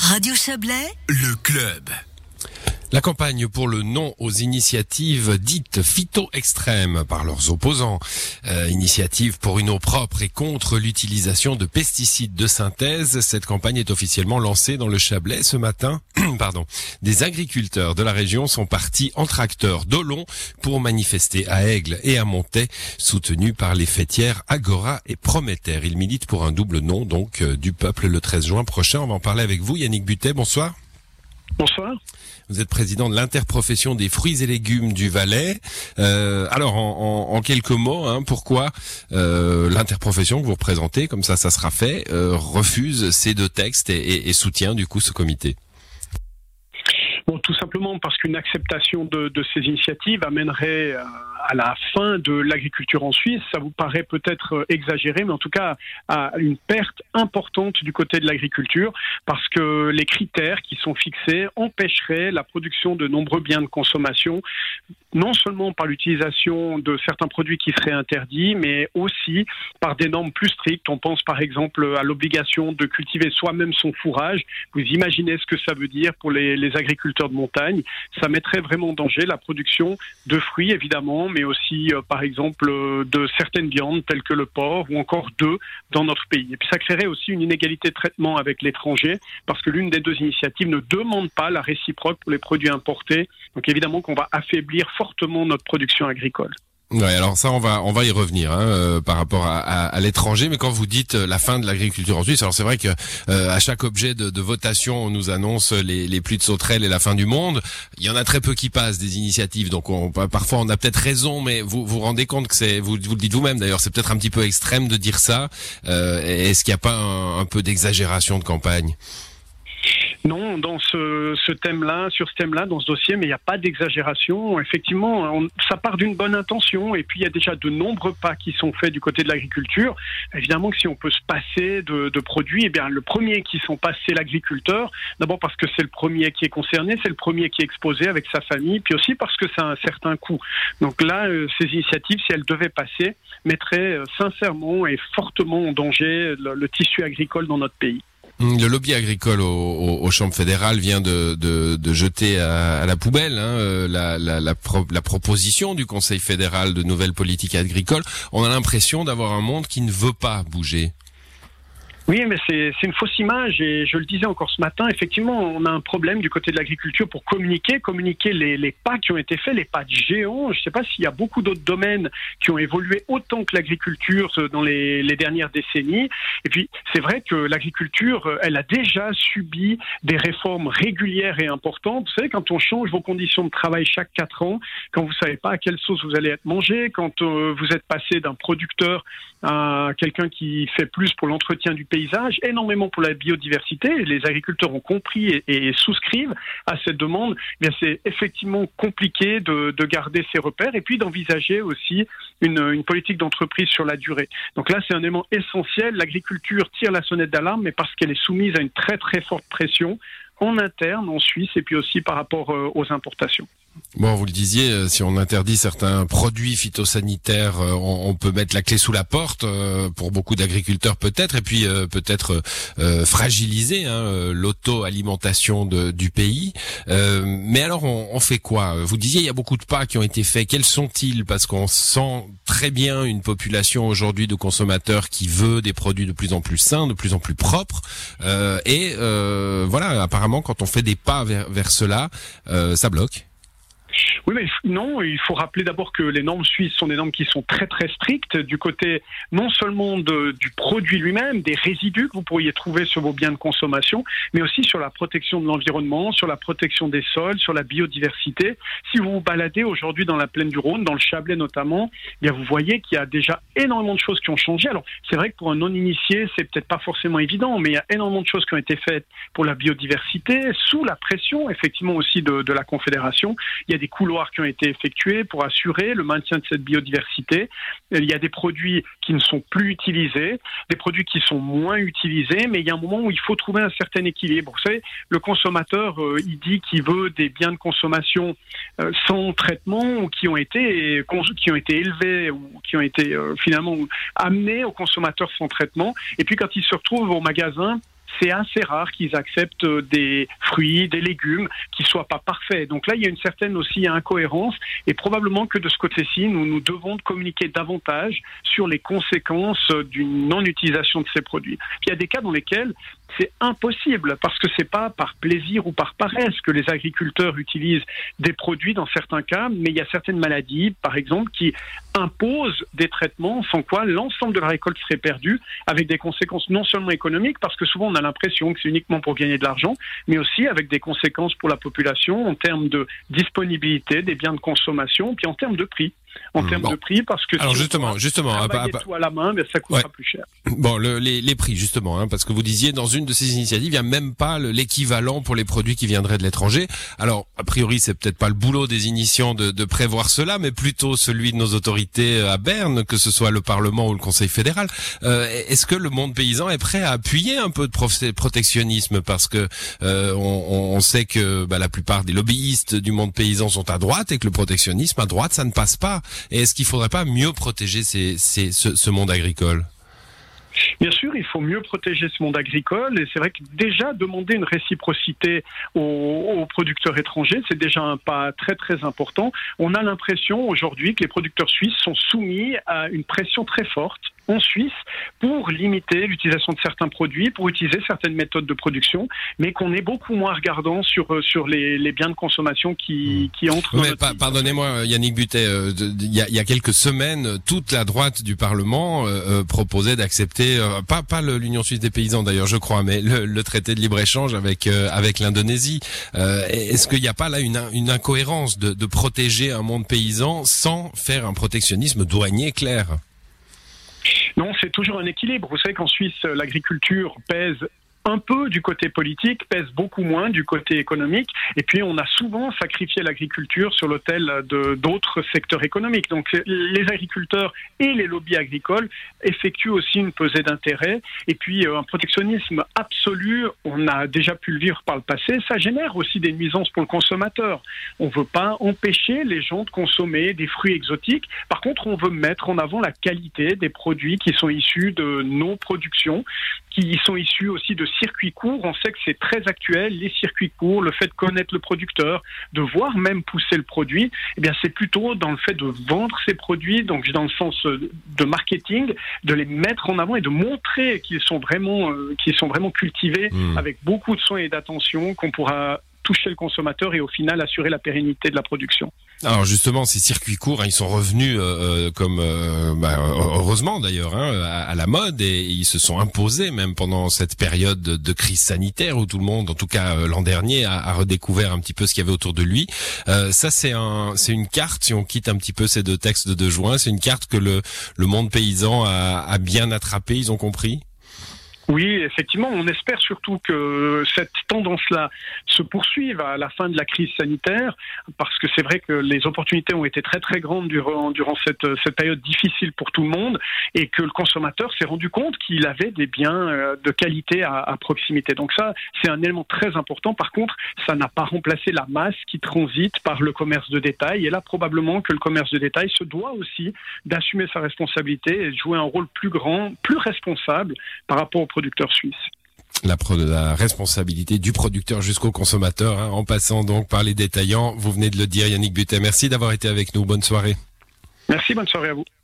Radio Chablais, le club. La campagne pour le non aux initiatives dites phyto-extrêmes par leurs opposants. Initiative pour une eau propre et contre l'utilisation de pesticides de synthèse. Cette campagne est officiellement lancée dans le Chablais ce matin. Des agriculteurs de la région sont partis en tracteur d'Olon pour manifester à Aigle et à Montaix, soutenus par les fêtières Agora et Prométhère. Ils militent pour un double non donc du peuple le 13 juin prochain. On va en parler avec vous, Yannick Butet. Bonsoir. Bonsoir. Vous êtes président de l'interprofession des fruits et légumes du Valais. Alors, en quelques mots, pourquoi l'interprofession que vous représentez, comme ça sera fait, refuse ces deux textes et soutient du coup ce comité? Bon, tout simplement parce qu'une acceptation de ces initiatives amènerait à la fin de l'agriculture en Suisse. Ça vous paraît peut-être exagéré, mais en tout cas à une perte importante du côté de l'agriculture, parce que les critères qui sont fixés empêcheraient la production de nombreux biens de consommation, non seulement par l'utilisation de certains produits qui seraient interdits, mais aussi par des normes plus strictes. On pense par exemple à l'obligation de cultiver soi-même son fourrage. Vous imaginez ce que ça veut dire pour les agriculteurs de montagne. Ça mettrait vraiment en danger la production de fruits, évidemment, mais aussi, par exemple, de certaines viandes telles que le porc ou encore d'œufs dans notre pays. Et puis ça créerait aussi une inégalité de traitement avec l'étranger, parce que l'une des deux initiatives ne demande pas la réciproque pour les produits importés. Donc évidemment qu'on va affaiblir fortement notre production agricole. Ouais, alors ça on va y revenir par rapport à l'étranger, mais quand vous dites la fin de l'agriculture en Suisse, alors c'est vrai que à chaque objet de votation on nous annonce les pluies de sauterelles et la fin du monde. Il y en a très peu qui passent des initiatives, donc parfois on a peut-être raison, mais vous vous rendez compte que vous le dites vous-même d'ailleurs, c'est peut-être un petit peu extrême de dire ça. Est-ce qu'il n'y a pas un peu d'exagération de campagne? Non, dans ce thème-là, sur ce thème-là, dans ce dossier, mais il n'y a pas d'exagération. Effectivement, ça part d'une bonne intention, et puis il y a déjà de nombreux pas qui sont faits du côté de l'agriculture. Évidemment que si on peut se passer de produits, eh bien le premier qui s'en passe, c'est l'agriculteur. D'abord parce que c'est le premier qui est concerné, c'est le premier qui est exposé avec sa famille, puis aussi parce que ça a un certain coût. Donc là, ces initiatives, si elles devaient passer, mettraient sincèrement et fortement en danger le tissu agricole dans notre pays. Le lobby agricole aux chambres fédérales vient de jeter à la poubelle la proposition du Conseil fédéral de nouvelles politiques agricoles. On a l'impression d'avoir un monde qui ne veut pas bouger. Oui, mais c'est une fausse image, et je le disais encore ce matin, effectivement, on a un problème du côté de l'agriculture pour communiquer les pas qui ont été faits, les pas de géants. Je ne sais pas s'il y a beaucoup d'autres domaines qui ont évolué autant que l'agriculture dans les dernières décennies. Et puis, c'est vrai que l'agriculture, elle a déjà subi des réformes régulières et importantes. Vous savez, quand on change vos conditions de travail chaque 4 ans, quand vous ne savez pas à quelle sauce vous allez être mangé, quand vous êtes passé d'un producteur à quelqu'un qui fait plus pour l'entretien du paysage, énormément pour la biodiversité, les agriculteurs ont compris et souscrivent à cette demande. Bien, c'est effectivement compliqué de garder ces repères et puis d'envisager aussi une politique d'entreprise sur la durée. Donc là, c'est un élément essentiel. L'agriculture tire la sonnette d'alarme, mais parce qu'elle est soumise à une très très forte pression en interne, en Suisse, et puis aussi par rapport aux importations. Bon, vous le disiez, si on interdit certains produits phytosanitaires, on peut mettre la clé sous la porte pour beaucoup d'agriculteurs peut-être, et puis peut-être fragiliser l'auto-alimentation du pays. Mais alors, on fait quoi? Vous disiez, il y a beaucoup de pas qui ont été faits. Quels sont-ils? Parce qu'on sent très bien une population aujourd'hui de consommateurs qui veut des produits de plus en plus sains, de plus en plus propres. Voilà, apparemment, quand on fait des pas vers cela, ça bloque. Oui, mais non, il faut rappeler d'abord que les normes suisses sont des normes qui sont très très strictes du côté non seulement du produit lui-même, des résidus que vous pourriez trouver sur vos biens de consommation, mais aussi sur la protection de l'environnement, sur la protection des sols, sur la biodiversité. Si vous vous baladez aujourd'hui dans la plaine du Rhône, dans le Chablais notamment, eh bien vous voyez qu'il y a déjà énormément de choses qui ont changé. Alors c'est vrai que pour un non-initié, c'est peut-être pas forcément évident, mais il y a énormément de choses qui ont été faites pour la biodiversité, sous la pression effectivement aussi de la Confédération. Il y a des couloirs qui ont été effectués pour assurer le maintien de cette biodiversité. Il y a des produits qui ne sont plus utilisés, des produits qui sont moins utilisés, mais il y a un moment où il faut trouver un certain équilibre. Vous savez, le consommateur, il dit qu'il veut des biens de consommation sans traitement, ou qui ont été élevés, ou qui ont été finalement amenés aux consommateurs sans traitement. Et puis quand il se retrouve au magasin, c'est assez rare qu'ils acceptent des fruits, des légumes qui soient pas parfaits. Donc là, il y a une certaine aussi incohérence et probablement que de ce côté-ci, nous devons communiquer davantage sur les conséquences d'une non-utilisation de ces produits. Puis il y a des cas dans lesquels c'est impossible parce que c'est pas par plaisir ou par paresse que les agriculteurs utilisent des produits dans certains cas, mais il y a certaines maladies, par exemple, qui imposent des traitements sans quoi l'ensemble de la récolte serait perdue, avec des conséquences non seulement économiques, parce que souvent on a l'impression que c'est uniquement pour gagner de l'argent, mais aussi avec des conséquences pour la population en termes de disponibilité des biens de consommation, puis en termes de prix. En termes de prix, parce que alors si justement, tout à la main, mais ça coûtera plus cher. Bon, les prix justement, parce que vous disiez dans une de ces initiatives, il n'y a même pas l'équivalent pour les produits qui viendraient de l'étranger. Alors, a priori, c'est peut-être pas le boulot des initiants de prévoir cela, mais plutôt celui de nos autorités à Berne, que ce soit le Parlement ou le Conseil fédéral. Est-ce que le monde paysan est prêt à appuyer un peu de protectionnisme, parce que on sait que la plupart des lobbyistes du monde paysan sont à droite et que le protectionnisme à droite, ça ne passe pas. Et est-ce qu'il faudrait pas mieux protéger ce monde agricole ? Bien sûr, il faut mieux protéger ce monde agricole et c'est vrai que déjà demander une réciprocité aux producteurs étrangers, c'est déjà un pas très très important. On a l'impression aujourd'hui que les producteurs suisses sont soumis à une pression très forte en Suisse pour limiter l'utilisation de certains produits, pour utiliser certaines méthodes de production, mais qu'on est beaucoup moins regardant sur les biens de consommation qui entrent dans notre pays. Pardonnez-moi Yannick Buttet, il y a quelques semaines, toute la droite du Parlement proposait d'accepter, pas l'Union suisse des paysans d'ailleurs je crois, mais le traité de libre-échange avec l'Indonésie. Est-ce qu'il n'y a pas là une incohérence de protéger un monde paysan sans faire un protectionnisme douanier clair ? Non, c'est toujours un équilibre. Vous savez qu'en Suisse, l'agriculture pèse un peu du côté politique, pèse beaucoup moins du côté économique. Et puis, on a souvent sacrifié l'agriculture sur l'autel d'autres secteurs économiques. Donc, les agriculteurs et les lobbies agricoles effectuent aussi une pesée d'intérêt. Et puis, un protectionnisme absolu, on a déjà pu le vivre par le passé, ça génère aussi des nuisances pour le consommateur. On ne veut pas empêcher les gens de consommer des fruits exotiques. Par contre, on veut mettre en avant la qualité des produits qui sont issus de nos productions, qui sont issus aussi de circuits courts. On sait que c'est très actuel, les circuits courts, le fait de connaître le producteur, de voir même pousser le produit, eh bien c'est plutôt dans le fait de vendre ces produits, donc dans le sens de marketing, de les mettre en avant et de montrer qu'ils sont vraiment cultivés avec beaucoup de soin et d'attention, qu'on pourra toucher le consommateur et au final assurer la pérennité de la production. Alors justement, ces circuits courts, ils sont revenus heureusement d'ailleurs à la mode et ils se sont imposés même pendant cette période de crise sanitaire où tout le monde, en tout cas l'an dernier, a redécouvert un petit peu ce qu'il y avait autour de lui. Ça c'est une carte, si on quitte un petit peu ces deux textes de 2 juin, c'est une carte que le monde paysan a bien attrapé, ils ont compris. Oui, effectivement, on espère surtout que cette tendance-là se poursuive à la fin de la crise sanitaire, parce que c'est vrai que les opportunités ont été très très grandes durant cette période difficile pour tout le monde, et que le consommateur s'est rendu compte qu'il avait des biens de qualité à proximité. Donc ça, c'est un élément très important. Par contre, ça n'a pas remplacé la masse qui transite par le commerce de détail, et là probablement que le commerce de détail se doit aussi d'assumer sa responsabilité et de jouer un rôle plus grand, plus responsable par rapport aux producteurs suisses. La responsabilité du producteur jusqu'au consommateur, en passant donc par les détaillants. Vous venez de le dire, Yannick Buttet. Merci d'avoir été avec nous. Bonne soirée. Merci, bonne soirée à vous.